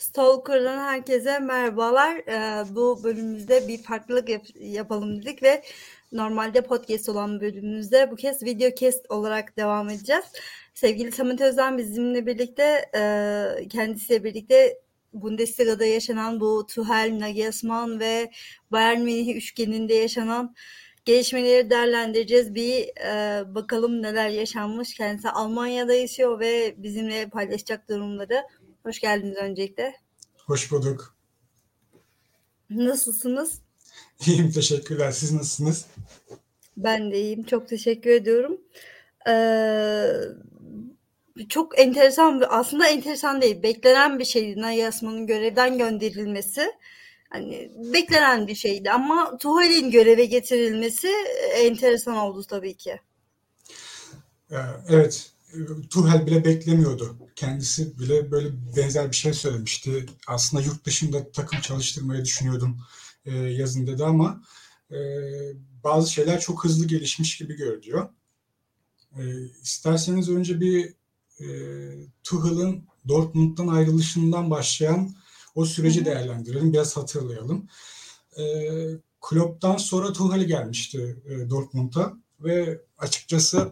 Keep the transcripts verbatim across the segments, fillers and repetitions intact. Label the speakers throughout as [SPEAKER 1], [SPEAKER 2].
[SPEAKER 1] Stalker'dan herkese merhabalar. Ee, bu bölümümüzde bir farklılık yap- yapalım dedik ve normalde podcast olan bölümümüzde bu kez videocast olarak devam edeceğiz. Sevgili Samet Özden bizimle birlikte, e, kendisiyle birlikte Bundesliga'da yaşanan bu Tuchel, Nagelsmann ve Bayern Münih üçgeninde yaşanan gelişmeleri değerlendireceğiz. Bir e, bakalım neler yaşanmış. Kendisi Almanya'da yaşıyor ve bizimle paylaşacak durumları. Hoş geldiniz öncelikle.
[SPEAKER 2] Hoş bulduk.
[SPEAKER 1] Nasılsınız?
[SPEAKER 2] İyiyim, teşekkürler. Siz nasılsınız?
[SPEAKER 1] Ben de iyiyim. Çok teşekkür ediyorum. Ee, çok enteresan, aslında enteresan değil. Beklenen bir şeydi Nagelsmann'ın görevden gönderilmesi. Hani beklenen bir şeydi ama Tuchel'in göreve getirilmesi enteresan oldu tabii ki.
[SPEAKER 2] Ee, Evet, Tuchel bile beklemiyordu. Kendisi bile böyle benzer bir şey söylemişti. Aslında yurt dışında takım çalıştırmayı düşünüyordum e, yazın dedi ama e, bazı şeyler çok hızlı gelişmiş gibi görünüyor. E, isterseniz önce bir e, Tuchel'ın Dortmund'dan ayrılışından başlayan o
[SPEAKER 1] Hı
[SPEAKER 2] süreci
[SPEAKER 1] hı.
[SPEAKER 2] değerlendirelim, biraz hatırlayalım. E, Klopp'tan sonra Tuchel gelmişti e, Dortmund'a ve açıkçası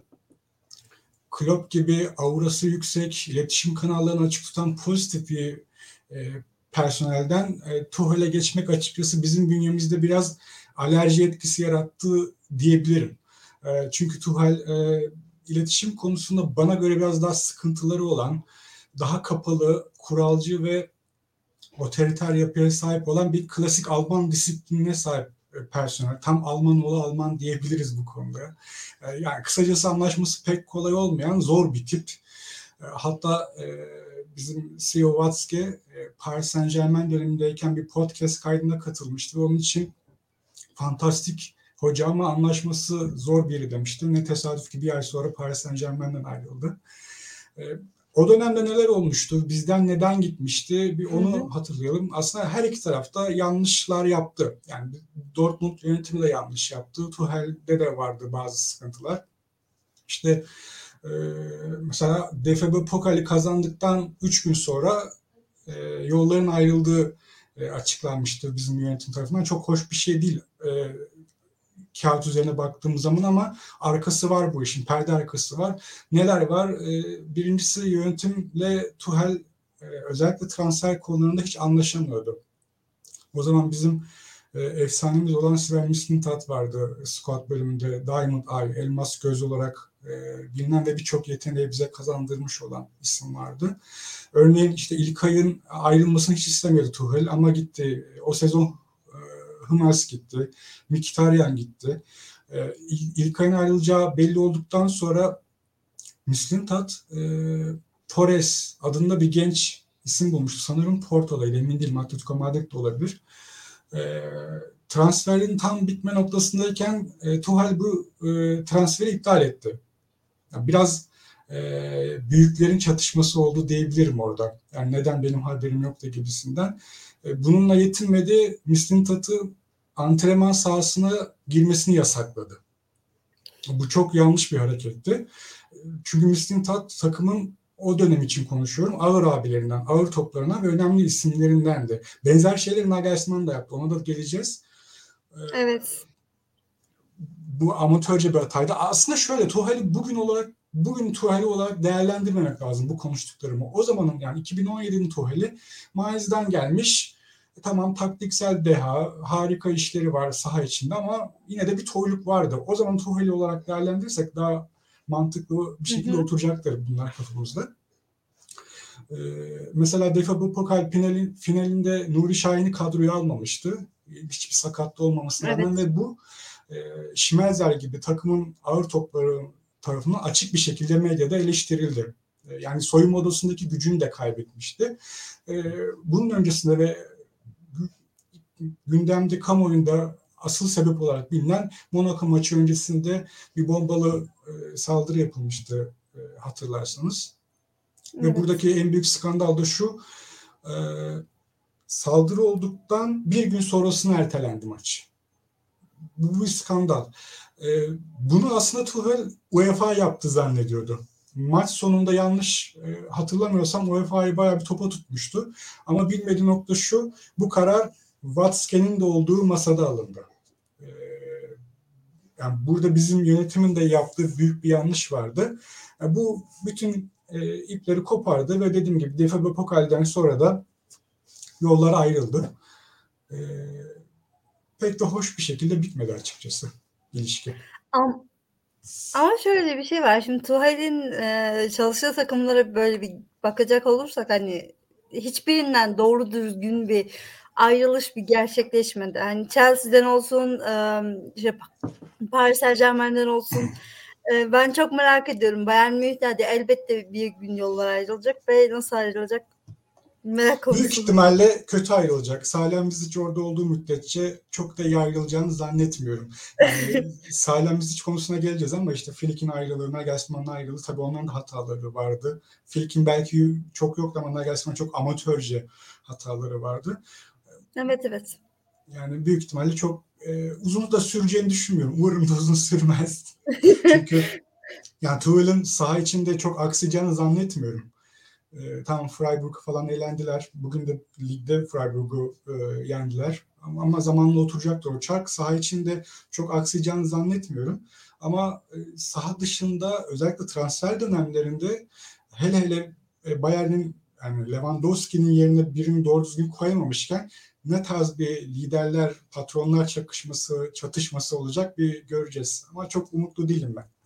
[SPEAKER 2] Klopp gibi aurası yüksek, iletişim kanallarını açık tutan pozitif bir e, personelden e, Tuchel'e geçmek açıkçası bizim bünyemizde biraz alerji etkisi yarattı diyebilirim. E, çünkü Tuchel e, iletişim konusunda bana göre biraz daha sıkıntıları olan, daha kapalı, kuralcı ve otoriter yapıya sahip olan bir klasik Alman disiplinine sahip e, personel. Tam Alman oğlu Alman diyebiliriz bu konuda. E, Yani kısacası anlaşması pek kolay olmayan zor bir tip. E, Hatta e, bizim C E O Watzke e, Paris Saint-Germain dönemindeyken bir podcast kaydına katılmıştı ve onun için fantastik hoca ama anlaşması zor biri demişti. Ne tesadüf ki bir ay sonra Paris Saint-Germain'den ayrıldı. E, O dönemde neler olmuştu? Bizden neden gitmişti? Bir
[SPEAKER 1] Hı hı.
[SPEAKER 2] onu hatırlayalım. Aslında her iki tarafta yanlışlar yaptı. Yani Dortmund yönetimi de yanlış yaptı. Tuchel'de de vardı bazı sıkıntılar. İşte e, mesela D F B Pokal'i kazandıktan üç gün sonra e, yolların ayrıldığı e, açıklanmıştı bizim yönetim tarafından. Çok hoş bir şey değil. E, kağıt üzerine baktığımız zaman ama arkası var bu işin, perde arkası var. Neler var? Ee, birincisi yönetimle Tuchel e, özellikle transfer konularında hiç anlaşamıyordu. O zaman bizim e, efsanemiz olan Sven Mislintat vardı squad bölümünde. Diamond Eye, elmas göz olarak e, bilinen ve birçok yeteneği bize kazandırmış olan isim vardı. Örneğin işte İlkay'ın ayrılmasını hiç istemiyordu Tuchel ama gitti. O sezon e, Hummels gitti. Mkhitaryan gitti. E, İlkay'ın ayrılacağı belli olduktan sonra Mislintat e, Torres adında bir genç isim bulmuştu. Sanırım Porto'daydı, emin değilim. Atletico Madrid de olabilir. E, transferin tam bitme noktasındayken e, Tuchel bu e, transferi iptal etti. Yani biraz e, büyüklerin çatışması oldu diyebilirim orada. Yani neden benim haberim yoktu gibisinden. E, bununla yetinmedi. Mislintat'ı antrenman sahasına girmesini yasakladı. Bu çok yanlış bir hareketti. Çünkü Mislintat takımın o dönem için konuşuyorum. Ağır abilerinden, ağır toplarından ve önemli isimlerindendi. Benzer şeyleri Nagelsmann da yaptı. Ona da geleceğiz. E,
[SPEAKER 1] Evet.
[SPEAKER 2] Bu amatörce bir hataydı. Aslında şöyle Tuhel'i bugün olarak bugün Tuhel'i olarak değerlendirmemek lazım bu konuştuklarımı. O zamanın yani iki bin on yedinin Tuhel'i Mainz'dan gelmiş. E, tamam taktiksel deha, harika işleri var saha içinde ama yine de bir toyluk vardı. O zaman Tuhel'i olarak değerlendirirsek daha mantıklı bir
[SPEAKER 1] Hı
[SPEAKER 2] şekilde
[SPEAKER 1] hı.
[SPEAKER 2] oturacaktır bunlar kafamızda. Ee, Mesela D F B Pokal finalin, finalinde Nuri Şahin'i kadroya almamıştı. Hiçbir sakatlı olmamasına rağmen
[SPEAKER 1] Evet.
[SPEAKER 2] ve bu e, Schmelzer gibi takımın ağır topları tarafından açık bir şekilde medyada eleştirildi. E, yani soyunma odasındaki gücünü de kaybetmişti. E, bunun öncesinde ve gündemde kamuoyunda asıl sebep olarak bilinen Monaco maçı öncesinde bir bombalı e, saldırı yapılmıştı e, hatırlarsanız. Ve
[SPEAKER 1] Evet.
[SPEAKER 2] buradaki en büyük skandal da şu, e, saldırı olduktan bir gün sonrasına ertelendi maç. Bu bir skandal. E, bunu aslında Tuchel UEFA yaptı zannediyordu. maç sonunda yanlış e, hatırlamıyorsam U E F A'yı bayağı bir topa tutmuştu. Ama bilmediği nokta şu, bu karar Watzke'nin de olduğu masada alındı. E, yani burada bizim yönetimin de yaptığı büyük bir yanlış vardı. Yani bu bütün e, ipleri kopardı ve dediğim gibi D F B Pokal'den sonra da yollar ayrıldı. E, pek de hoş bir şekilde bitmedi açıkçası ilişki.
[SPEAKER 1] Ama, ama şöyle bir şey var. Şimdi Tuhal'in e, çalıştığı takımlara böyle bir bakacak olursak hani hiçbirinden doğru düzgün bir ayrılış bir gerçekleşmedi. Hani Chelsea'den olsun, e, işte Paris Saint-Germain'den olsun. E, ben çok merak ediyorum. Bayern Münih de elbette bir gün yollar ayrılacak ve nasıl ayrılacak merak
[SPEAKER 2] Büyük
[SPEAKER 1] konusu.
[SPEAKER 2] ihtimalle kötü ayrılacak. Salih Bizic orada olduğu müddetçe çok da iyi ayrılacağını zannetmiyorum. Yani Salih Bizic konusuna geleceğiz ama işte Flick'in ayrılığı, Nagelsmann'ın ayrılığı tabii onların da hataları vardı. Flick'in belki çok yoktu ama Nagelsmann çok amatörce hataları vardı.
[SPEAKER 1] Evet evet.
[SPEAKER 2] Yani büyük ihtimalle çok e, uzun da süreceğini düşünmüyorum. Umarım da uzun sürmez. Çünkü yani Tuchel'in saha içinde çok aksayacağını zannetmiyorum. E, tamam Freiburg falan elendiler. Bugün de ligde Freiburg'u e, yendiler. Ama, ama zamanla oturacaktır o çark. Saha içinde çok aksayacağını zannetmiyorum. Ama e, saha dışında özellikle transfer dönemlerinde hele hele e, Bayern'in yani Lewandowski'nin yerine birini doğru düzgün koyamamışken ne tarz bir liderler, patronlar çakışması, çatışması olacak bir göreceğiz. Ama çok umutlu değilim ben.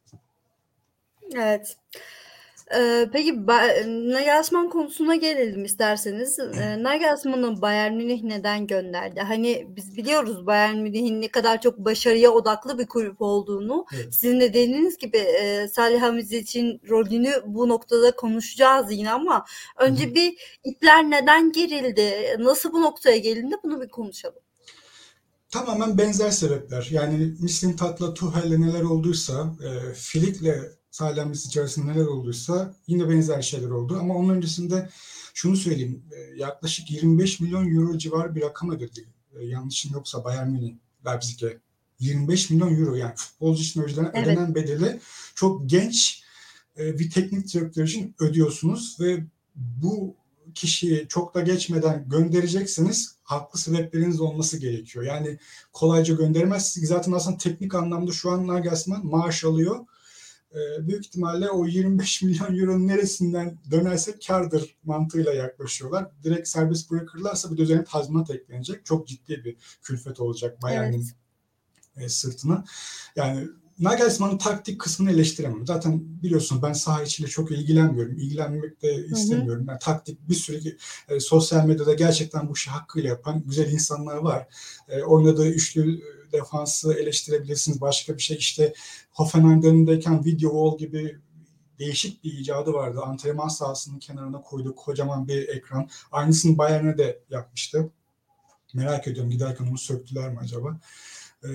[SPEAKER 1] Evet. Ee, peki Nagelsmann konusuna gelelim isterseniz. Ee, Nagelsmann'ı Bayern Münih neden gönderdi? Hani biz biliyoruz Bayern Münih'in ne kadar çok başarıya odaklı bir kulüp olduğunu.
[SPEAKER 2] Evet.
[SPEAKER 1] Sizin de dediğiniz gibi e, Salih Hamzic'in rolünü bu noktada konuşacağız yine ama önce
[SPEAKER 2] Hı-hı.
[SPEAKER 1] bir ipler neden gerildi? Nasıl bu noktaya gelindi? Bunu bir konuşalım.
[SPEAKER 2] Tamamen benzer sebepler. Yani Mislintat'la Tuchel'le neler olduysa, e, Flick'le Salihamidzic arasında neler olduysa yine benzer şeyler oldu. Ama onun öncesinde şunu söyleyeyim. E, yaklaşık yirmi beş milyon euro civarı bir rakam ödedi. E, yanlışım yoksa Bayern Münih, Leipzig'e. yirmi beş milyon euro yani futbolcu için ödenen,
[SPEAKER 1] Evet.
[SPEAKER 2] ödenen bedeli çok genç e, bir teknik direktör için ödüyorsunuz ve bu kişiyi çok da geçmeden göndereceksiniz. Haklı sebepleriniz olması gerekiyor. Yani kolayca gönderemezsiniz. Zaten aslında teknik anlamda şu an Nagelsmann maaş alıyor. Ee, büyük ihtimalle o yirmi beş milyon euronun neresinden dönerse kardır mantığıyla yaklaşıyorlar. Direkt serbest bırakırlarsa bir de üzerine tazminat eklenecek. Çok ciddi bir külfet olacak Bayern'in
[SPEAKER 1] Evet.
[SPEAKER 2] e, sırtına. Yani Nagelsmann'ın taktik kısmını eleştiremem. Zaten biliyorsun ben saha içiyle çok ilgilenmiyorum. İlgilenmek de
[SPEAKER 1] Hı hı.
[SPEAKER 2] istemiyorum. Yani taktik bir sürü e, sosyal medyada gerçekten bu işi hakkıyla yapan güzel insanlar var. E, oynadığı üçlü defansı eleştirebilirsiniz. Başka bir şey işte Hoffenheim'deyken video wall gibi değişik bir icadı vardı. Antrenman sahasının kenarına koyduğu kocaman bir ekran. Aynısını Bayern'e de yapmıştı. Merak ediyorum giderken onu söktüler mi acaba? E,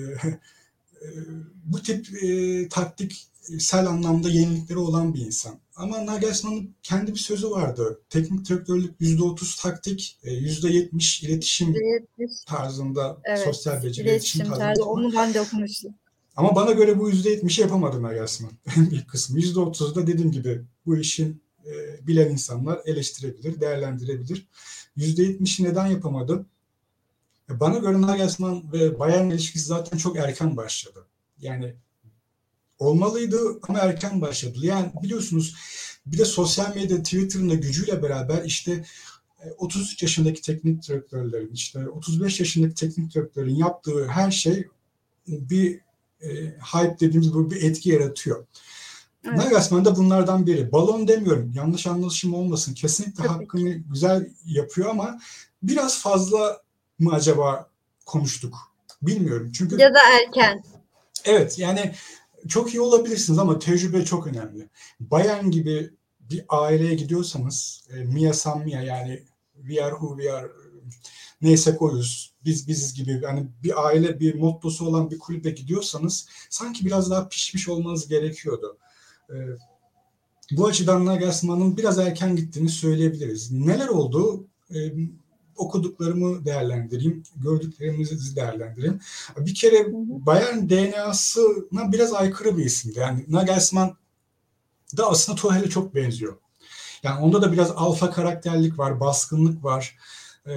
[SPEAKER 2] bu tip e, taktiksel anlamda yenilikleri olan bir insan. Ama Nagelsmann'ın kendi bir sözü vardı. Teknik direktörlük yüzde otuz taktik, yüzde yetmiş iletişim
[SPEAKER 1] Evet.
[SPEAKER 2] tarzında,
[SPEAKER 1] Evet.
[SPEAKER 2] sosyal beceri, iletişim
[SPEAKER 1] İletişim
[SPEAKER 2] tarzında.
[SPEAKER 1] tarzı. Onu ben de okumuştum.
[SPEAKER 2] Ama bana göre bu yüzde yetmişi yapamadı Nagelsmann. En büyük kısmı. yüzde otuzda dediğim gibi bu işin e, bilen insanlar eleştirebilir, değerlendirebilir. yüzde yetmişi neden yapamadı? Bana göre Nagelsmann ve Bayern ilişkisi zaten çok erken başladı. Yani olmalıydı ama erken başladı. Yani biliyorsunuz bir de sosyal medya Twitter'ın da gücüyle beraber işte otuz üç yaşındaki teknik direktörlerin işte otuz beş yaşındaki teknik direktörün yaptığı her şey bir e, hype dediğimiz bu bir etki yaratıyor.
[SPEAKER 1] Evet.
[SPEAKER 2] Nagelsmann da bunlardan biri. Balon demiyorum. Yanlış anlaşılma olmasın. Kesinlikle
[SPEAKER 1] Tabii ki.
[SPEAKER 2] hakkını güzel yapıyor ama biraz fazla mı acaba konuştuk? Bilmiyorum. Çünkü
[SPEAKER 1] Ya da erken.
[SPEAKER 2] evet yani çok iyi olabilirsiniz ama tecrübe çok önemli. Bayern gibi bir aileye gidiyorsanız e, Mia San Mia yani we are who we are neyse koyuz biz biziz gibi yani bir aile bir mottosu olan bir kulübe gidiyorsanız sanki biraz daha pişmiş olmanız gerekiyordu. E, bu açıdan Nagelsmann'ın biraz erken gittiğini söyleyebiliriz. Neler oldu? E, okuduklarımı değerlendireyim, gördüklerimizi değerlendireyim. Bir kere
[SPEAKER 1] Hı hı.
[SPEAKER 2] Bayern D N A'sına biraz aykırı bir isimdi. Yani Nagelsmann da aslında Tuchel'e çok benziyor. Yani onda da biraz alfa karakterlik var, baskınlık var, e,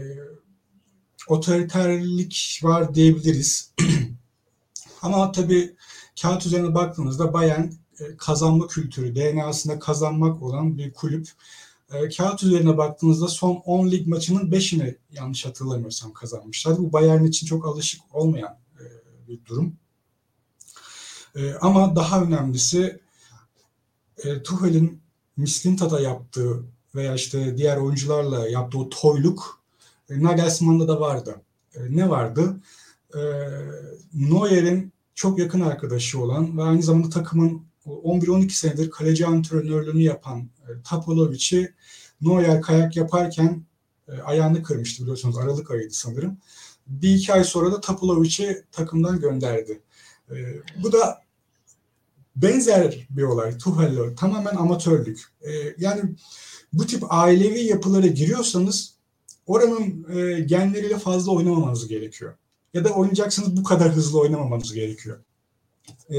[SPEAKER 2] otoriterlik var diyebiliriz. Ama tabii kağıt üzerine baktığınızda Bayern e, kazanma kültürü, D N A'sında kazanmak olan bir kulüp. E, kağıt üzerine baktığınızda son on lig maçının beşini yanlış hatırlamıyorsam kazanmışlar. Bu Bayern için çok alışık olmayan e, bir durum. E, ama daha önemlisi e, Tuchel'in Mislintat'a yaptığı veya işte diğer oyuncularla yaptığı o toyluk e, Nagelsmann'da da vardı. E, ne vardı? E, Neuer'in çok yakın arkadaşı olan ve aynı zamanda takımın on bir on iki senedir kaleci antrenörlüğünü yapan e, Tapolovic'i Neuer kayak yaparken e, ayağını kırmıştı, biliyorsunuz, Aralık ayıydı sanırım. Bir iki ay sonra da Tapolovic'i takımdan gönderdi. E, bu da benzer bir olay. Tuchel'le tamamen amatörlük. E, yani bu tip ailevi yapılara giriyorsanız oranın e, genleriyle fazla oynamamanız gerekiyor. Ya da oynayacaksanız bu kadar hızlı oynamamanız gerekiyor. E,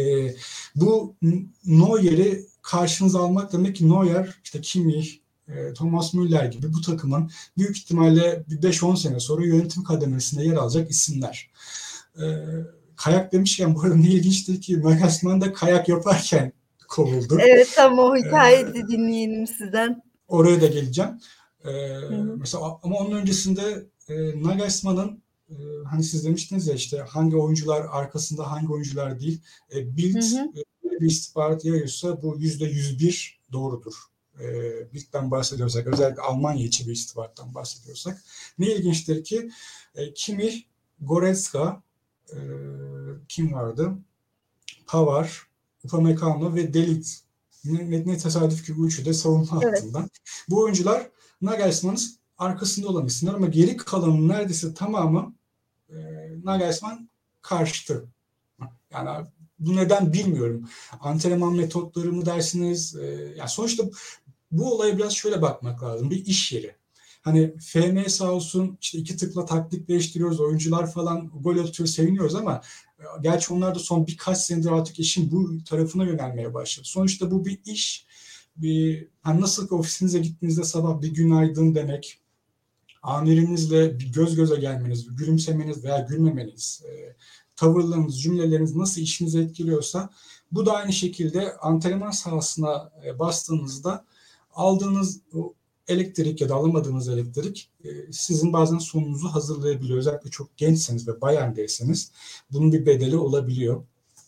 [SPEAKER 2] bu Neuer'i karşınıza almak demek ki Neuer, işte Kimmich, e, Thomas Müller gibi bu takımın büyük ihtimalle beş on sene sonra yönetim kademesinde yer alacak isimler. E, kayak demişken bu arada ne ilginçtir ki Nagelsmann da kayak yaparken kovuldu.
[SPEAKER 1] Evet, tam o
[SPEAKER 2] E,
[SPEAKER 1] hikayeyi dinleyelim sizden.
[SPEAKER 2] oraya da geleceğim. E,
[SPEAKER 1] Hı hı.
[SPEAKER 2] mesela ama onun öncesinde e, Nagelsmann'ın e, hani siz demiştiniz ya işte hangi oyuncular arkasında hangi oyuncular değil. E, Bild
[SPEAKER 1] Hı hı.
[SPEAKER 2] e, bir istihbarat yayıyorsa bu yüzde yüz bir doğrudur. E, Bild'den bahsediyorsak, özellikle Almanya içi bir istihbarattan bahsediyorsak. Ne ilginçtir ki e, Kimmich, Goretzka, e, kim vardı? Pavard, Upamecano ve De Ligt. Ne, ne tesadüf ki bu üçü de savunma
[SPEAKER 1] Evet.
[SPEAKER 2] hattından. Bu oyuncular Nagelsmann'ın arkasında olan isimler ama geri kalanın neredeyse tamamı e, Nagelsmann karşıtı. Yani bu neden bilmiyorum. Antrenman metotları mı dersiniz? E, yani sonuçta bu olaya biraz şöyle bakmak lazım. Bir iş yeri. Hani F M sağ olsun işte iki tıkla taktik değiştiriyoruz, oyuncular falan gol atıyor, seviniyoruz ama gerçi onlar da son birkaç senedir artık işin bu tarafına yönelmeye başladı. Sonuçta bu bir iş. Bir, hani nasıl ki ofisinize gittiğinizde sabah bir günaydın demek, amirinizle bir göz göze gelmeniz, bir gülümsemeniz veya gülmemeniz, e, tavırlarınız, cümleleriniz nasıl işinizi etkiliyorsa bu da aynı şekilde antrenman sahasına e, bastığınızda aldığınız o elektrik ya da alamadığınız elektrik e, sizin bazen sonunuzu hazırlayabiliyor. Özellikle çok gençseniz ve Bayern'deyseniz bunun bir bedeli olabiliyor.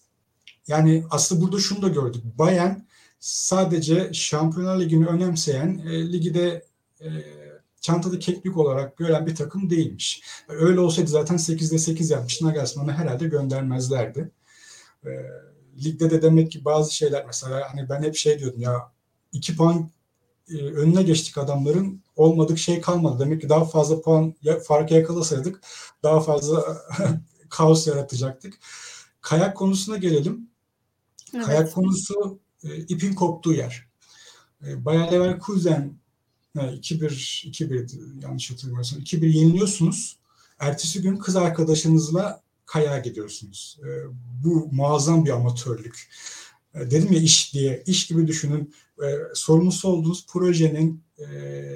[SPEAKER 2] Yani aslında burada şunu da gördük. Bayern sadece Şampiyonlar Ligi'ni önemseyen, e, ligi de e, çantada keklik olarak gören bir takım değilmiş. Öyle olsaydı zaten sekizde sekiz yapmış Nagelsmann'ı herhalde göndermezlerdi. E, ligde de demek ki bazı şeyler, mesela hani ben hep şey diyordum ya, iki puan e, önüne geçtik adamların, olmadık şey kalmadı. Demek ki daha fazla puan farkı yakalasaydık daha fazla kaos yaratacaktık. Kayak konusuna gelelim. Kayak
[SPEAKER 1] Evet.
[SPEAKER 2] konusu e, ipin koptuğu yer. E, Bayer Leverkusen e, iki bir iki bir yanlış hatırlamıyorsam iki bir yeniliyorsunuz. Ertesi gün kız arkadaşınızla kayağa gidiyorsunuz. E, bu muazzam bir amatörlük. E, dedim ya iş diye. İş gibi düşünün. E, sorumlusu olduğunuz projenin e,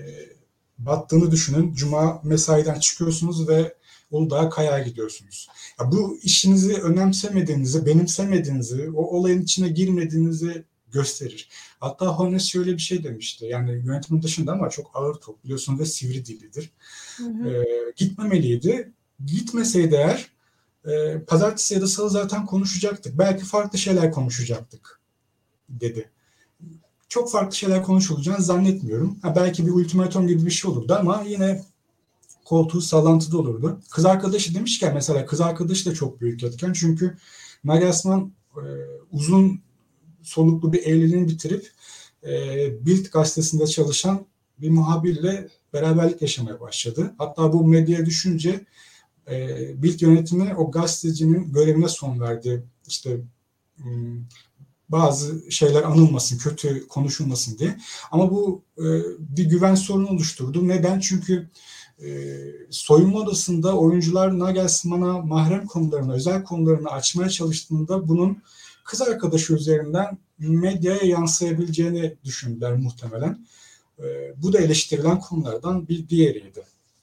[SPEAKER 2] battığını düşünün. Cuma mesaiden çıkıyorsunuz ve Uludağ'a kayağa gidiyorsunuz. Ya bu işinizi önemsemediğinizi, benimsemediğinizi, o olayın içine girmediğinizi gösterir. Hatta Hornes şöyle bir şey demişti. Yani yönetimin dışında ama çok ağır top, biliyorsunuz, ve sivri dillidir.
[SPEAKER 1] Hı hı.
[SPEAKER 2] Ee, gitmemeliydi. Gitmeseydi eğer e, pazartesi ya da salı zaten konuşacaktık. Belki farklı şeyler konuşacaktık dedi. Çok farklı şeyler konuşulacağını zannetmiyorum. Ha, belki bir ultimatom gibi bir şey olurdu ama yine koltuğu sallantıda olurdu. Kız arkadaşı demişken, mesela kız arkadaşı da çok büyük etken. Çünkü Nagelsmann e, uzun soluklu bir evliliğini bitirip e, Bild gazetesinde çalışan bir muhabirle beraberlik yaşamaya başladı. Hatta bu medyaya düşünce e, Bild yönetimi o gazetecinin görevine son verdi. İşte m, bazı şeyler anılmasın, kötü konuşulmasın diye. Ama bu e, bir güven sorunu oluşturdu. Neden? Çünkü e, soyunma odasında oyuncular Nagelsmann'a mahrem konularını, özel konularını açmaya çalıştığında bunun kız arkadaşı üzerinden medyaya yansıyabileceğini düşündüler muhtemelen. E, bu da eleştirilen konulardan bir diğeriydi.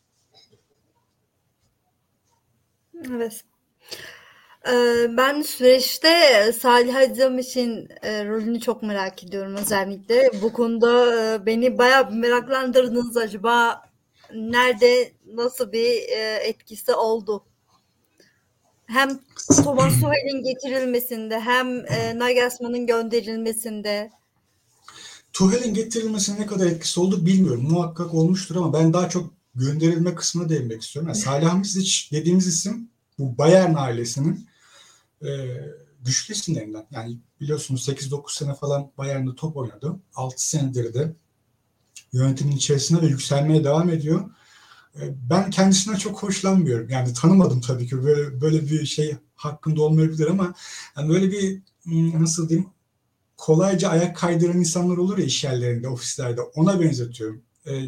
[SPEAKER 1] Evet. Ee, Ben süreçte Salih Acemiş'in e, rolünü çok merak ediyorum özellikle. Bu konuda e, beni bayağı bir meraklandırdınız. Acaba nerede, nasıl bir e, etkisi oldu? Hem Thomas Tuchel'in getirilmesinde hem e, Nagelsmann'ın gönderilmesinde.
[SPEAKER 2] Tuchel'in getirilmesine ne kadar etkisi oldu bilmiyorum. Muhakkak olmuştur ama ben daha çok gönderilme kısmına değinmek istiyorum. Yani Salihamidzic dediğimiz isim bu Bayern ailesinin e, güçlü isimlerinden. Yani biliyorsunuz sekiz dokuz sene falan Bayern'de top oynadı. altı senedir de yönetimin içerisinde ve yükselmeye devam ediyor. E, ben kendisinden çok hoşlanmıyorum. Yani tanımadım tabii ki. Böyle böyle bir şey hakkında olmayabilir ama yani böyle bir nasıl diyeyim kolayca ayak kaydıran insanlar olur ya iş yerlerinde, ofislerde. Ona benzetiyorum. Ee,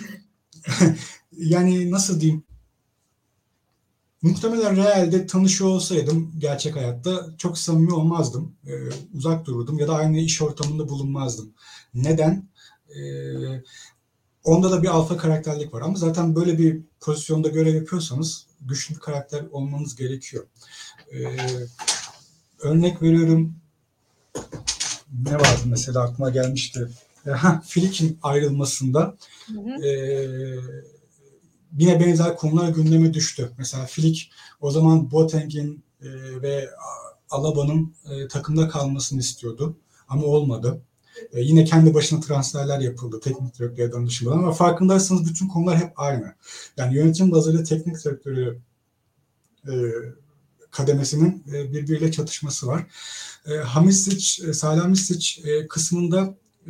[SPEAKER 2] yani nasıl diyeyim? Muhtemelen realde tanışıyor olsaydım gerçek hayatta çok samimi olmazdım. Ee, uzak dururdum ya da aynı iş ortamında bulunmazdım. Neden? Ee, onda da bir alfa karakterlik var. Ama zaten böyle bir pozisyonda görev yapıyorsanız güçlü bir karakter olmanız gerekiyor. Ee, örnek veriyorum. Ne vardı mesela aklıma gelmişti. Flick'in ayrılmasında
[SPEAKER 1] Hı hı.
[SPEAKER 2] e, yine benzer konular gündeme düştü. Mesela Flick o zaman Boateng'in e, ve Alaba'nın e, takımda kalmasını istiyordu. Ama olmadı. E, yine kendi başına transferler yapıldı teknik direktörü danışmadan ama farkındaysanız bütün konular hep aynı. Yani yönetim bazıyla teknik direktörü e, kademesinin e, birbiriyle çatışması var. E, Hamisic, e, Salih Hamisic e, kısmında e,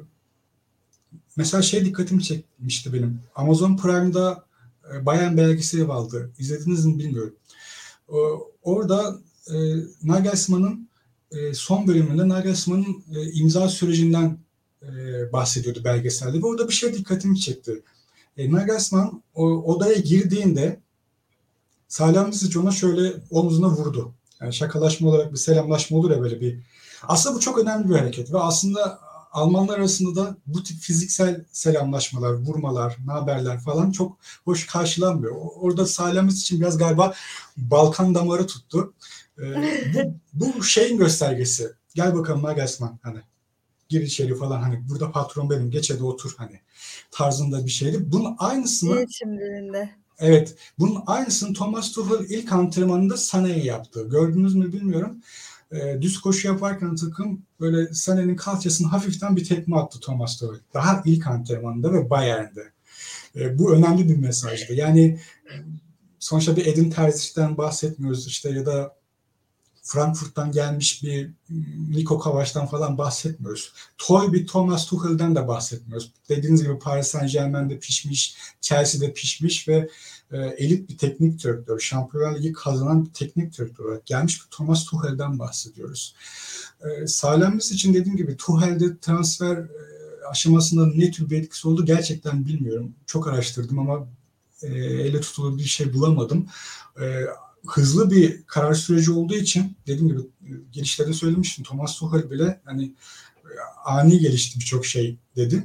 [SPEAKER 2] mesela şey dikkatimi çekmişti benim. Amazon Prime'da e, Bayern belgeseli vardı. İzlediniz mi bilmiyorum. O, orada e, Nagelsmann'ın e, son bölümünde Nagelsmann'ın e, imza sürecinden e, bahsediyordu belgeselde. Ve orada bir şey dikkatimi çekti. E, Nagelsmann o, odaya girdiğinde Salih Hamisic ona şöyle omzuna vurdu. Yani şakalaşma olarak bir selamlaşma olur ya böyle bir. Aslında bu çok önemli bir hareket ve aslında Almanlar arasında da bu tip fiziksel selamlaşmalar, vurmalar, naberler falan çok hoş karşılanmıyor. Orada Salih için biraz galiba Balkan damarı tuttu. Ee, bu, bu şeyin göstergesi. Gel bakalım Nagelsmann hani gir içeri falan hani burada patron benim geç hadi otur hani tarzında bir şeydi. Bunun aynısını
[SPEAKER 1] İletişim dilinde.
[SPEAKER 2] Evet, bunun aynısını Thomas Tuchel ilk antrenmanında Sané'ye yaptı. Gördünüz mü bilmiyorum. E, düz koşu yaparken takım böyle Sané'nin kalçasını hafiften bir tekme attı Thomas Tuchel. Daha ilk antrenmanında ve Bayern'de. E, bu önemli bir mesajdı. Yani sonuçta bir Edin Terzic'den bahsetmiyoruz işte ya da Frankfurt'tan gelmiş bir Niko Kovaç'tan falan bahsetmiyoruz. Toy bir Thomas Tuchel'den de bahsetmiyoruz. Dediğiniz gibi Paris Saint-Germain'de pişmiş, Chelsea'de pişmiş ve e, elit bir teknik direktör, Şampiyonlar Ligi kazanan bir teknik direktör olarak gelmiş bir Thomas Tuchel'den bahsediyoruz. E, Sağlanması için dediğim gibi Tuchel'de transfer e, aşamasında ne tür bir etkisi oldu gerçekten bilmiyorum. Çok araştırdım ama e, elle tutulur bir şey bulamadım. E, hızlı bir karar süreci olduğu için dediğim gibi girişlerde söylemiştim. Thomas Tuchel bile hani ani gelişti birçok şey dedi.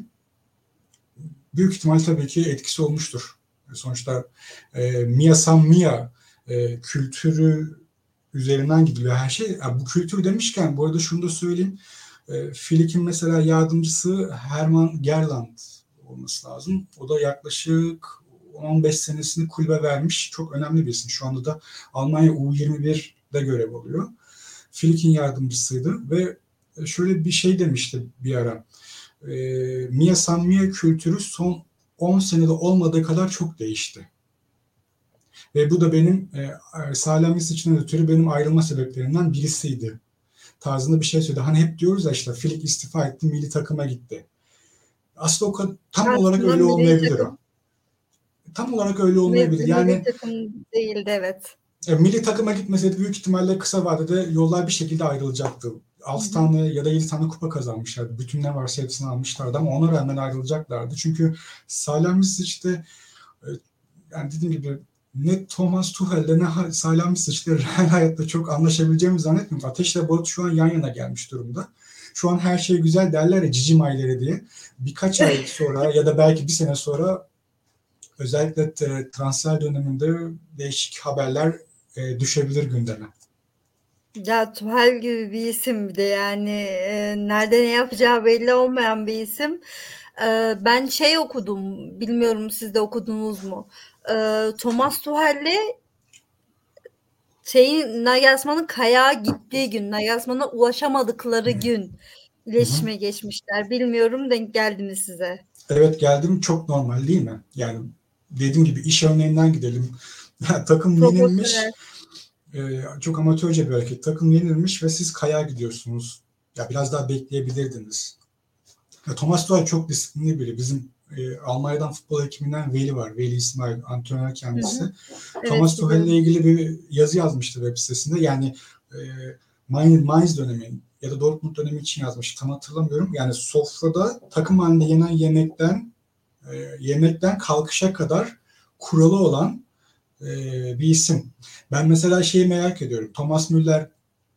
[SPEAKER 2] Büyük ihtimal tabii ki etkisi olmuştur. Sonuçta e, Mia San Mia e, kültürü üzerinden gidiliyor her şey. Yani bu kültür demişken bu arada şunu da söyleyeyim. E, Flick'in mesela yardımcısı Hermann Gerland olması lazım. O da yaklaşık on beş senesini kulübe vermiş. Çok önemli bir isim. Şu anda da Almanya U yirmi birde görev alıyor. Flick'in yardımcısıydı ve şöyle bir şey demişti bir ara. E, Mia San Mia kültürü son on senede olmadığı kadar çok değişti. Ve bu da benim e, Salamis için ötürü benim ayrılma sebeplerimden birisiydi. Tarzında bir şey söyledi. Hani hep diyoruz ya işte Flick istifa etti, milli takıma gitti. Aslında o kadar, tam olarak
[SPEAKER 1] Aslında
[SPEAKER 2] öyle
[SPEAKER 1] milli
[SPEAKER 2] olmayabilir o.
[SPEAKER 1] takım
[SPEAKER 2] Tam olarak öyle olmayabilir.
[SPEAKER 1] milli
[SPEAKER 2] Yani
[SPEAKER 1] takım değildi, evet.
[SPEAKER 2] e, milli takıma gitmeseydi büyük ihtimalle kısa vadede yollar bir şekilde ayrılacaktı.
[SPEAKER 1] Hı
[SPEAKER 2] altı
[SPEAKER 1] hı.
[SPEAKER 2] tane ya da yedi tane kupa kazanmışlardı. Bütün ne varsa hepsini almışlardı ama ona rağmen ayrılacaklardı. Çünkü Salih Misic de e, yani dediğim gibi ne Thomas Tuchel'le ne Salihamidzic real hayatta çok anlaşabileceğimi zannetmiyorum. Ateşle Barut şu an yan yana gelmiş durumda. Şu an her şey güzel derler ya, cicim ayları diye. Birkaç ay sonra ya da belki bir sene sonra özellikle transfer döneminde değişik haberler e, düşebilir gündeme.
[SPEAKER 1] Ya Tuhal gibi bir isim bir de yani e, nerede ne yapacağı belli olmayan bir isim. E, ben şey okudum, bilmiyorum siz de okudunuz mu? E, Thomas Tuchel'le şeyin Nagelsmann'ın kayağa gittiği gün, Nagelsmann'a ulaşamadıkları gün
[SPEAKER 2] Hı hı.
[SPEAKER 1] iletişime geçmişler. Bilmiyorum denk geldi mi size?
[SPEAKER 2] Evet, geldim, çok normal değil mi? Yani dediğim gibi iş örneğinden gidelim. Takım
[SPEAKER 1] Profesyonel.
[SPEAKER 2] yenilmiş, e, çok amatörce bir hareket. Takım yenilmiş ve siz kayağa gidiyorsunuz. Ya biraz daha bekleyebilirdiniz. Ya Thomas Tuchel çok disiplinli biri. Bizim e, Almanya'dan futbol ekiminden Veli var. Veli İsmail, antrenör
[SPEAKER 1] Hı
[SPEAKER 2] kendisi.
[SPEAKER 1] hı. Evet
[SPEAKER 2] Thomas Tuchel ile
[SPEAKER 1] biliyorum.
[SPEAKER 2] ilgili bir yazı yazmıştı web sitesinde. Yani e, Mainz dönemi ya da Dortmund dönemi için yazmış. Tam hatırlamıyorum. Yani sofrada takım halinde yenen yemekten e, yemekten kalkışa kadar kuralı olan e, bir isim. Ben mesela şeyi merak ediyorum. Thomas Müller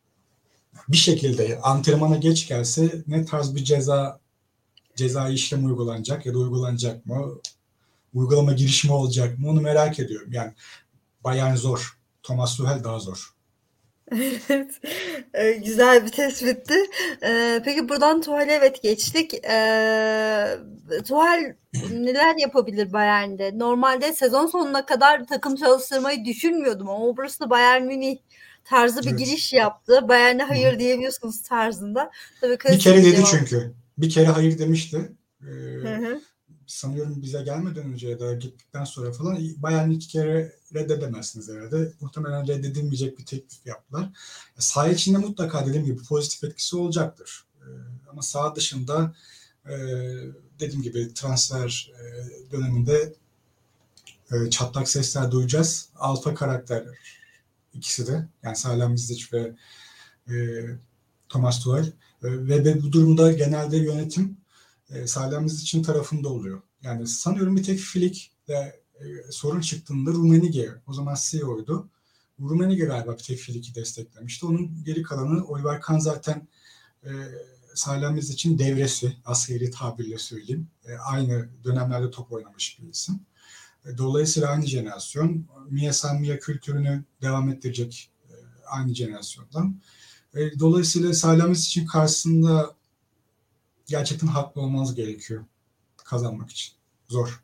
[SPEAKER 2] bir şekilde antrenmana geç gelse ne tarz bir ceza cezai işlem uygulanacak ya da uygulanacak mı? Uygulama girişimi olacak mı? Onu merak ediyorum. Yani Bayern zor. Thomas Tuchel daha zor.
[SPEAKER 1] Evet, eee, güzel bir tespitti. Eee, peki buradan Tuhal'e evet geçtik. Eee Tuhal neler yapabilir Bayern'de? Normalde sezon sonuna kadar takım çalıştırmayı düşünmüyordum ama burası da Bayern Münih tarzı bir
[SPEAKER 2] Evet.
[SPEAKER 1] giriş yaptı. Bayern'e
[SPEAKER 2] Hı hı.
[SPEAKER 1] hayır diyemiyorsunuz tarzında. Tabii
[SPEAKER 2] Bir
[SPEAKER 1] klasik
[SPEAKER 2] kere
[SPEAKER 1] bir
[SPEAKER 2] dedi
[SPEAKER 1] cevap.
[SPEAKER 2] çünkü. Bir kere hayır demişti. Ee,
[SPEAKER 1] Hı hı.
[SPEAKER 2] sanıyorum bize gelmeden önce ya da gittikten sonra falan Bayern iki kere reddedemezsiniz herhalde. Muhtemelen reddedilmeyecek bir teklif yaptılar. Saha içinde mutlaka dediğim gibi pozitif etkisi olacaktır. Ee, ama saha dışında e, dediğim gibi transfer e, döneminde e, çatlak sesler duyacağız. Alfa karakterler ikisi de. Yani Salihamidzic ve e, Thomas Tuchel. E, ve, ve bu durumda genelde yönetim e, Salihamidzic'in tarafında oluyor. Yani sanıyorum bir tek Flick'le e, sorun çıktığında Rummenigge, o zaman C E O'ydu. Rummenigge galiba bir tek Flick'i desteklemişti. Onun geri kalanı Oliver Kahn zaten e, Salihamidzic'in devresi, askeri tabirle söyleyeyim. E, aynı dönemlerde top oynamış bir isim. Dolayısıyla aynı jenerasyon. Mia San Mia kültürünü devam ettirecek e, aynı jenerasyondan. E, dolayısıyla Salihamidzic için karşısında gerçekten haklı olmanız gerekiyor kazanmak için. Zor.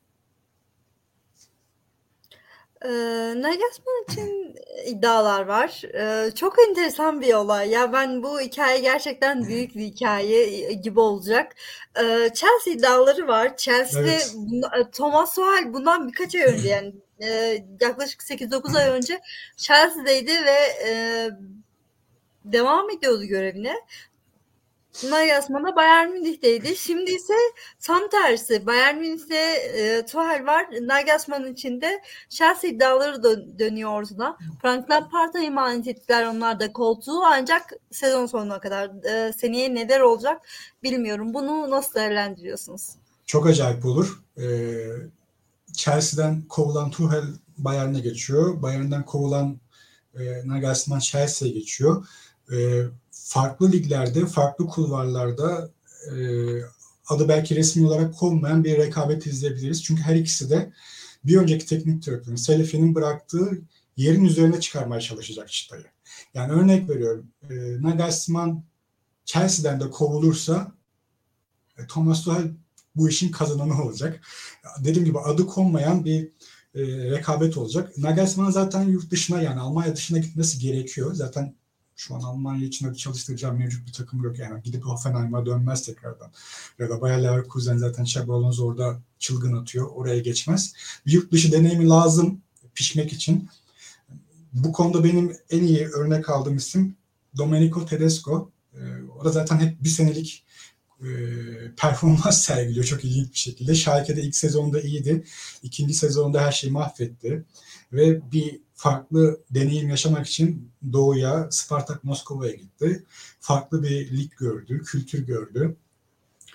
[SPEAKER 1] Eee, Nagelsmann için iddialar var. Eee, çok enteresan bir olay. Ya ben bu hikaye gerçekten büyük bir hikaye gibi olacak. Eee, Chelsea iddiaları var. Chelsea'de
[SPEAKER 2] Evet.
[SPEAKER 1] buna- Thomas Tuchel bundan birkaç ay önce yani eee, yaklaşık sekiz dokuz ay önce Chelsea'deydi ve eee, devam ediyordu görevine. Nagelsmann da Bayern Münih'teydi. Şimdi ise tam tersi. Bayern Münih'te e, Tuchel var. Nagelsmann için de Chelsea iddiaları dön- dönüyor ortada. Frank Lampard'a emanet ettiler onlar da koltuğu. Ancak sezon sonuna kadar e, seneye neler olacak bilmiyorum. Bunu nasıl değerlendiriyorsunuz?
[SPEAKER 2] Çok acayip olur. E, Chelsea'den kovulan Tuchel Bayern'e geçiyor. Bayern'den kovulan e, Nagelsmann Chelsea'ye geçiyor. E, farklı liglerde, farklı kulvarlarda e, adı belki resmi olarak konmayan bir rekabet izleyebiliriz. Çünkü her ikisi de bir önceki teknik direktörün Selefi'nin bıraktığı yerin üzerine çıkarmaya çalışacak çıtayı. Yani örnek veriyorum. E, Nagelsmann Chelsea'den de kovulursa e, Thomas Tuchel bu işin kazananı olacak. Dediğim gibi adı konmayan bir e, rekabet olacak. Nagelsmann zaten yurt dışına, yani Almanya dışına gitmesi gerekiyor. Zaten şu an Almanya için çalıştıracağı mevcut bir takım yok. Yani gidip Hoffenheim'a dönmez tekrardan. Ya da Bayer Leverkusen, zaten Xabi Alonso orada çılgın atıyor. Oraya geçmez. Bir yurt dışı deneyimi lazım pişmek için. Bu konuda benim en iyi örnek aldığım isim Domenico Tedesco. E, o da zaten hep bir senelik e, performans sergiliyor çok ilginç bir şekilde. Schalke'de ilk sezonda iyiydi. İkinci sezonda her şeyi mahvetti. Ve bir farklı deneyim yaşamak için Doğu'ya, Spartak Moskova'ya gitti. Farklı bir lig gördü, kültür gördü.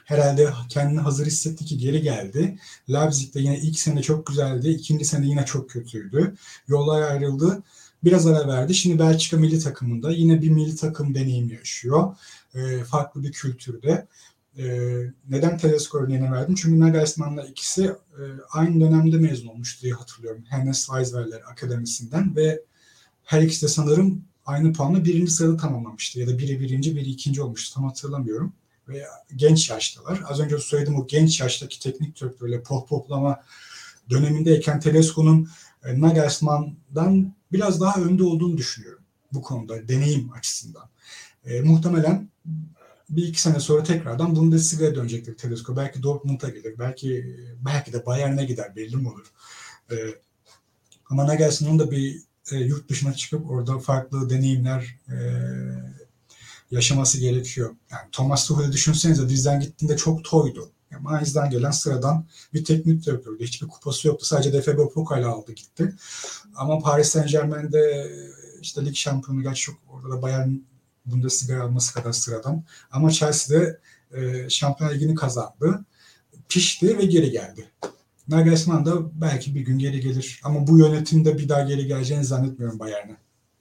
[SPEAKER 2] herhalde kendini hazır hissetti ki geri geldi. Leipzig'te yine ilk sene çok güzeldi. İkinci sene yine çok kötüydü. Yollar ayrıldı. Biraz ara verdi. Şimdi Belçika milli takımında yine bir milli takım deneyimi yaşıyor. E, farklı bir kültürde. E, neden Tedesco örneğini verdim? Çünkü Nagelsmann'la ikisi e, aynı dönemde mezun olmuş diye hatırlıyorum. Hennes Weisweiler Akademisi'nden ve her ikisi de sanırım aynı puanla birinci sırada tamamlamıştı. Ya da biri birinci, biri ikinci olmuştu. Tam hatırlamıyorum. Ve genç yaştalar. Az önce söylediğim o genç yaştaki teknik direktörle pohpohlama dönemindeyken Tedesco'nun e, Nagelsmann'dan biraz daha önde olduğunu düşünüyorum bu konuda deneyim açısından. E, muhtemelen bir iki sene sonra tekrardan Bundesliga'ya dönecektir Tedesco. Belki Dortmund'a gelir, belki belki de Bayern'e gider, belli mi olur? E, ama Nagelsmann'ın da bir e, yurt dışına çıkıp orada farklı deneyimler e, yaşaması gerekiyor. Yani Thomas Tuchel'i düşünsenize, bizden gittiğinde çok toydu. Yani Mainz'dan gelen sıradan bir teknik direktördü. Hiçbir kupası yoktu. Sadece D F B Pokal'ı aldı gitti. Ama Paris Saint-Germain'de işte lig şampiyonu, gerçi çok orada da Bayern Bundesliga'yı alması kadar sıradan. Ama Chelsea'de e, Şampiyonlar Ligi'ni kazandı. Pişti ve geri geldi. Nagelsmann da belki bir gün geri gelir. Ama bu yönetimde bir daha geri geleceğini zannetmiyorum Bayern'e.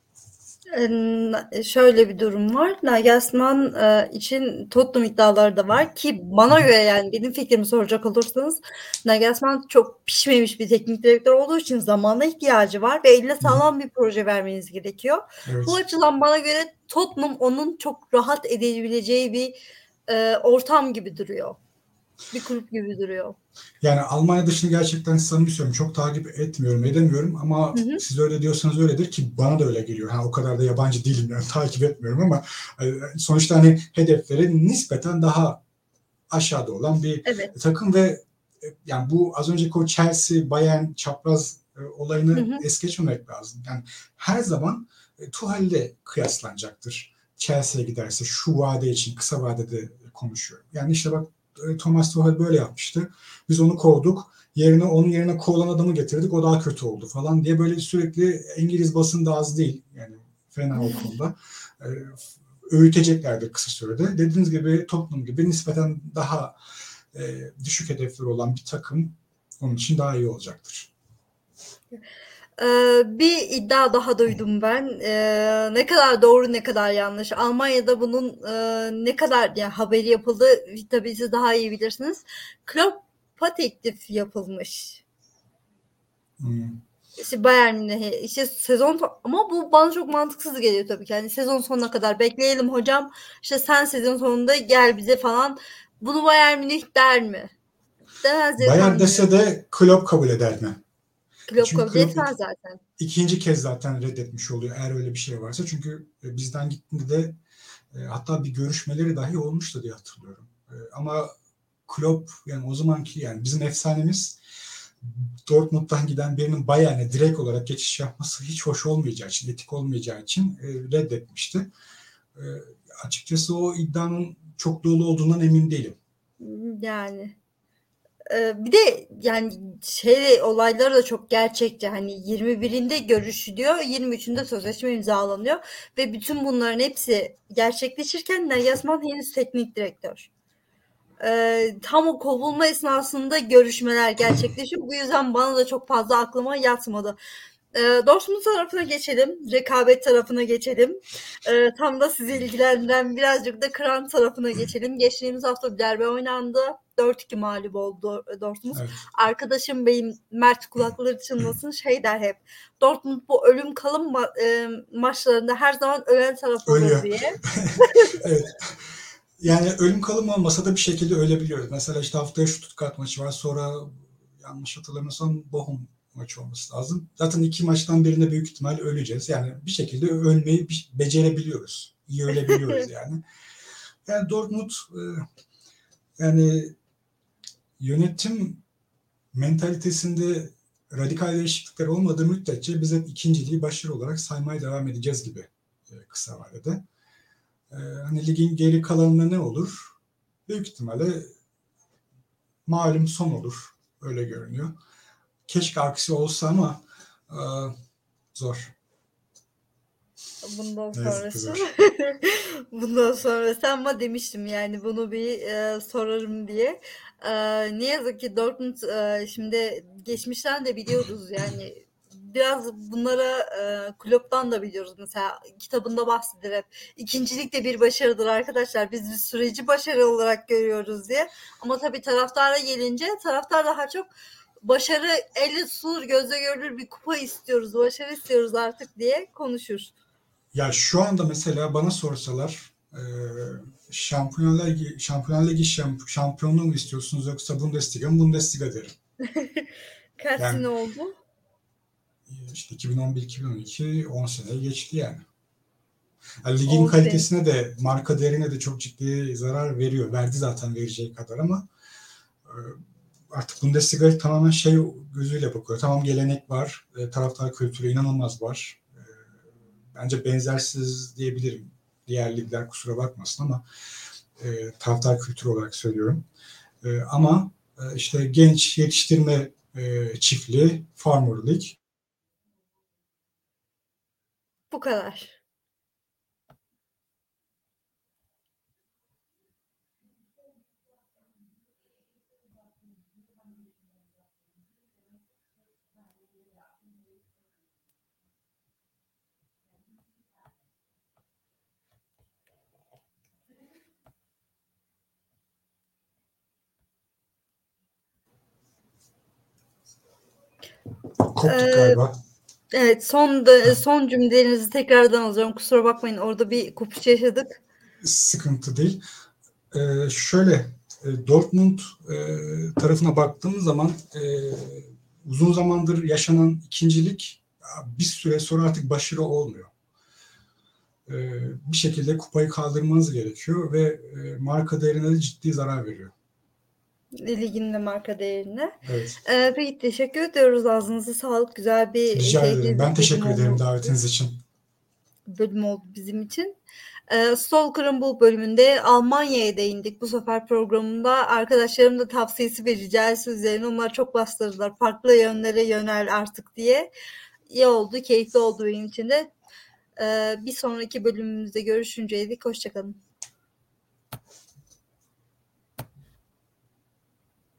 [SPEAKER 1] Eee, şöyle bir durum var. Nagelsmann eee, için Tottenham iddiaları da var ki bana göre, yani benim fikrimi soracak olursanız, Nagelsmann çok pişmemiş bir teknik direktör olduğu için zamana ihtiyacı var ve eline sağlam bir proje vermeniz gerekiyor. Bu
[SPEAKER 2] Evet.
[SPEAKER 1] açıdan bana göre Tottenham onun çok rahat edebileceği bir eee, ortam gibi duruyor. Bir kulüp gibi duruyor.
[SPEAKER 2] Yani Almanya dışını gerçekten samimi söylüyorum. Çok takip etmiyorum, edemiyorum ama
[SPEAKER 1] Hı hı.
[SPEAKER 2] siz öyle diyorsanız öyledir ki bana da öyle geliyor. Ha, o kadar da yabancı değilim yani, takip etmiyorum ama e, sonuçta hani hedefleri nispeten daha aşağıda olan bir
[SPEAKER 1] Evet.
[SPEAKER 2] takım ve e, yani bu az önceki o Chelsea, Bayern çapraz e,
[SPEAKER 1] Hı
[SPEAKER 2] olayını
[SPEAKER 1] hı.
[SPEAKER 2] es geçmemek lazım. Yani her zaman e, Tuchel'le kıyaslanacaktır. Chelsea'ye giderse şu vade için, kısa vadede konuşuyorum. Yani işte bak, e, Thomas Tuchel böyle yapmıştı. Biz onu kovduk. Yerine onun yerine kovulan adamı getirdik. O daha kötü oldu falan diye böyle sürekli, İngiliz basında az değil. Yani fena o konuda. E, öğüteceklerdir kısa sürede. Dediğiniz gibi Tottenham gibi nispeten daha e, düşük hedefleri olan bir takım onun için daha iyi olacaktır.
[SPEAKER 1] Eee, bir iddia daha duydum ben. Eee, ne kadar doğru ne kadar yanlış. Almanya'da bunun eee, ne kadar yani haberi yapıldı, tabii siz daha iyi bilirsiniz. Klopp'a teklif yapılmış.
[SPEAKER 2] Hmm.
[SPEAKER 1] İşte Bayern Münih'e işte sezon, ama bu bana çok mantıksız geliyor tabii ki. Yani sezon sonuna kadar bekleyelim hocam. İşte sen sezon sonunda gel bize falan. Bunu Bayern Münih der mi? Demez diye
[SPEAKER 2] Bayern dese
[SPEAKER 1] sanmıyorum.
[SPEAKER 2] de Klopp kabul eder mi?
[SPEAKER 1] Klopp
[SPEAKER 2] Çünkü
[SPEAKER 1] kabul
[SPEAKER 2] Klopp ik-
[SPEAKER 1] etmez zaten.
[SPEAKER 2] ikinci kez zaten reddetmiş oluyor eğer öyle bir şey varsa. Çünkü e, bizden gittiğinde de e, hatta bir görüşmeleri dahi olmuştu diye hatırlıyorum. E, ama Klopp, yani o zamanki, yani bizim efsanemiz, Dortmund'dan giden birinin Bayern'e direkt olarak geçiş yapması hiç hoş olmayacağı için, etik olmayacağı için e, reddetmişti. E, açıkçası o iddianın çok dolu olduğundan emin değilim.
[SPEAKER 1] Yani. Eee, bir de yani şey olayları da çok gerçekçi. Hani yirmi birinde görüşülüyor, yirmi üçünde sözleşme imzalanıyor ve bütün bunların hepsi gerçekleşirken Nagelsmann henüz teknik direktör. Eee, tam o kovulma esnasında görüşmeler gerçekleşiyor. Bu yüzden bana da çok fazla aklıma yatmadı. Eee, Dortmund tarafına geçelim, rekabet tarafına geçelim. Eee, tam da sizi ilgilendiren birazcık da kıran tarafına geçelim. Geçtiğimiz hafta bir derbi oynandı. dört iki mağlup oldu Dortmund.
[SPEAKER 2] Evet.
[SPEAKER 1] Arkadaşım benim, Mert, kulakları çınlasın, şey der hep. Dortmund bu ölüm kalım ma- e, maçlarında her zaman ölen taraf olur
[SPEAKER 2] Ölüyor.
[SPEAKER 1] diye.
[SPEAKER 2] Evet. Yani ölüm kalım olmasa da bir şekilde ölebiliyoruz. Mesela işte haftaya Stuttgart maçı var. Sonra yanlış hatırlamıyorsam Bochum maçı olması lazım. Zaten iki maçtan birinde büyük ihtimal öleceğiz. Yani bir şekilde ölmeyi becerebiliyoruz. İyi ölebiliyoruz yani. Yani Dortmund e, yani yönetim mentalitesinde radikal değişiklikler olmadığı müddetçe biz hep ikinciliği başarı olarak saymaya devam edeceğiz gibi e, kısa vadede. E, hani ligin geri kalanında ne olur? Büyük ihtimalle malum son olur. Öyle görünüyor. Keşke aksi olsa ama e, zor.
[SPEAKER 1] Bundan
[SPEAKER 2] Ne yazık ki
[SPEAKER 1] sonrası
[SPEAKER 2] zor.
[SPEAKER 1] bundan sonrası ama demiştim yani bunu bir e, sorarım diye. E, ne yazık ki Dortmund e, şimdi geçmişten de biliyoruz yani biraz bunlara e, Klopp'tan da biliyoruz. Mesela kitabında bahseder hep. İkincilik de bir başarıdır arkadaşlar. Biz bir süreci başarı olarak görüyoruz diye. Ama tabii taraftara gelince taraftar daha çok başarı elle tutulur, gözle görülür bir kupa istiyoruz, başarı istiyoruz artık diye konuşur.
[SPEAKER 2] Ya şu anda mesela bana sorsalar e, Şampiyonlar Ligi, Şampiyonlar Ligi şamp- şampiyonluğu mu istiyorsunuz yoksa Bundesliga mı? Bundesliga derim.
[SPEAKER 1] Kaç
[SPEAKER 2] Yani
[SPEAKER 1] sene oldu?
[SPEAKER 2] e, işte iki bin on bir-iki bin on iki on seneyi geçti yani. Yani ligin
[SPEAKER 1] on sene.
[SPEAKER 2] kalitesine de marka değerine de çok ciddi zarar veriyor. Verdi zaten vereceği kadar ama e, artık Bundesliga tamamen şey gözüyle bakıyor. Tamam gelenek var, e, taraftar kültürü inanılmaz var. E, bence benzersiz diyebilirim. Diğer ligler kusura bakmasın ama e, taraftar kültürü olarak söylüyorum. E, ama e, işte genç yetiştirme e, çiftliği, Farmer League.
[SPEAKER 1] Bu kadar.
[SPEAKER 2] Koptuk
[SPEAKER 1] Ee,
[SPEAKER 2] galiba.
[SPEAKER 1] evet son da, son cümlelerinizi tekrardan alacağım. Kusura bakmayın orada bir kopuş yaşadık.
[SPEAKER 2] Sıkıntı değil. E, şöyle e, Dortmund e, tarafına baktığımız zaman e, uzun zamandır yaşanan ikincilik bir süre sonra artık başarı olmuyor. E, bir şekilde kupayı kaldırmanız gerekiyor ve e, marka değerine de ciddi zarar veriyor.
[SPEAKER 1] Ligin de marka değerine.
[SPEAKER 2] Evet.
[SPEAKER 1] Ee, peki teşekkür ediyoruz. Ağzınıza sağlık. Güzel bir,
[SPEAKER 2] Rica
[SPEAKER 1] keyifli
[SPEAKER 2] ederim. Ben
[SPEAKER 1] bir bölüm
[SPEAKER 2] teşekkür ederim
[SPEAKER 1] oldu.
[SPEAKER 2] davetiniz için.
[SPEAKER 1] Bölüm oldu bizim için. Ee, Stalker'ın bu bölümünde Almanya'ya değindik. Bu sefer programında arkadaşlarım da tavsiyesi vereceğiz üzerine. Onlar çok bastırdılar. Farklı yönlere yönel artık diye. İyi oldu, keyifli oldu benim için de. Ee, bir sonraki bölümümüzde görüşünceye dek hoşçakalın.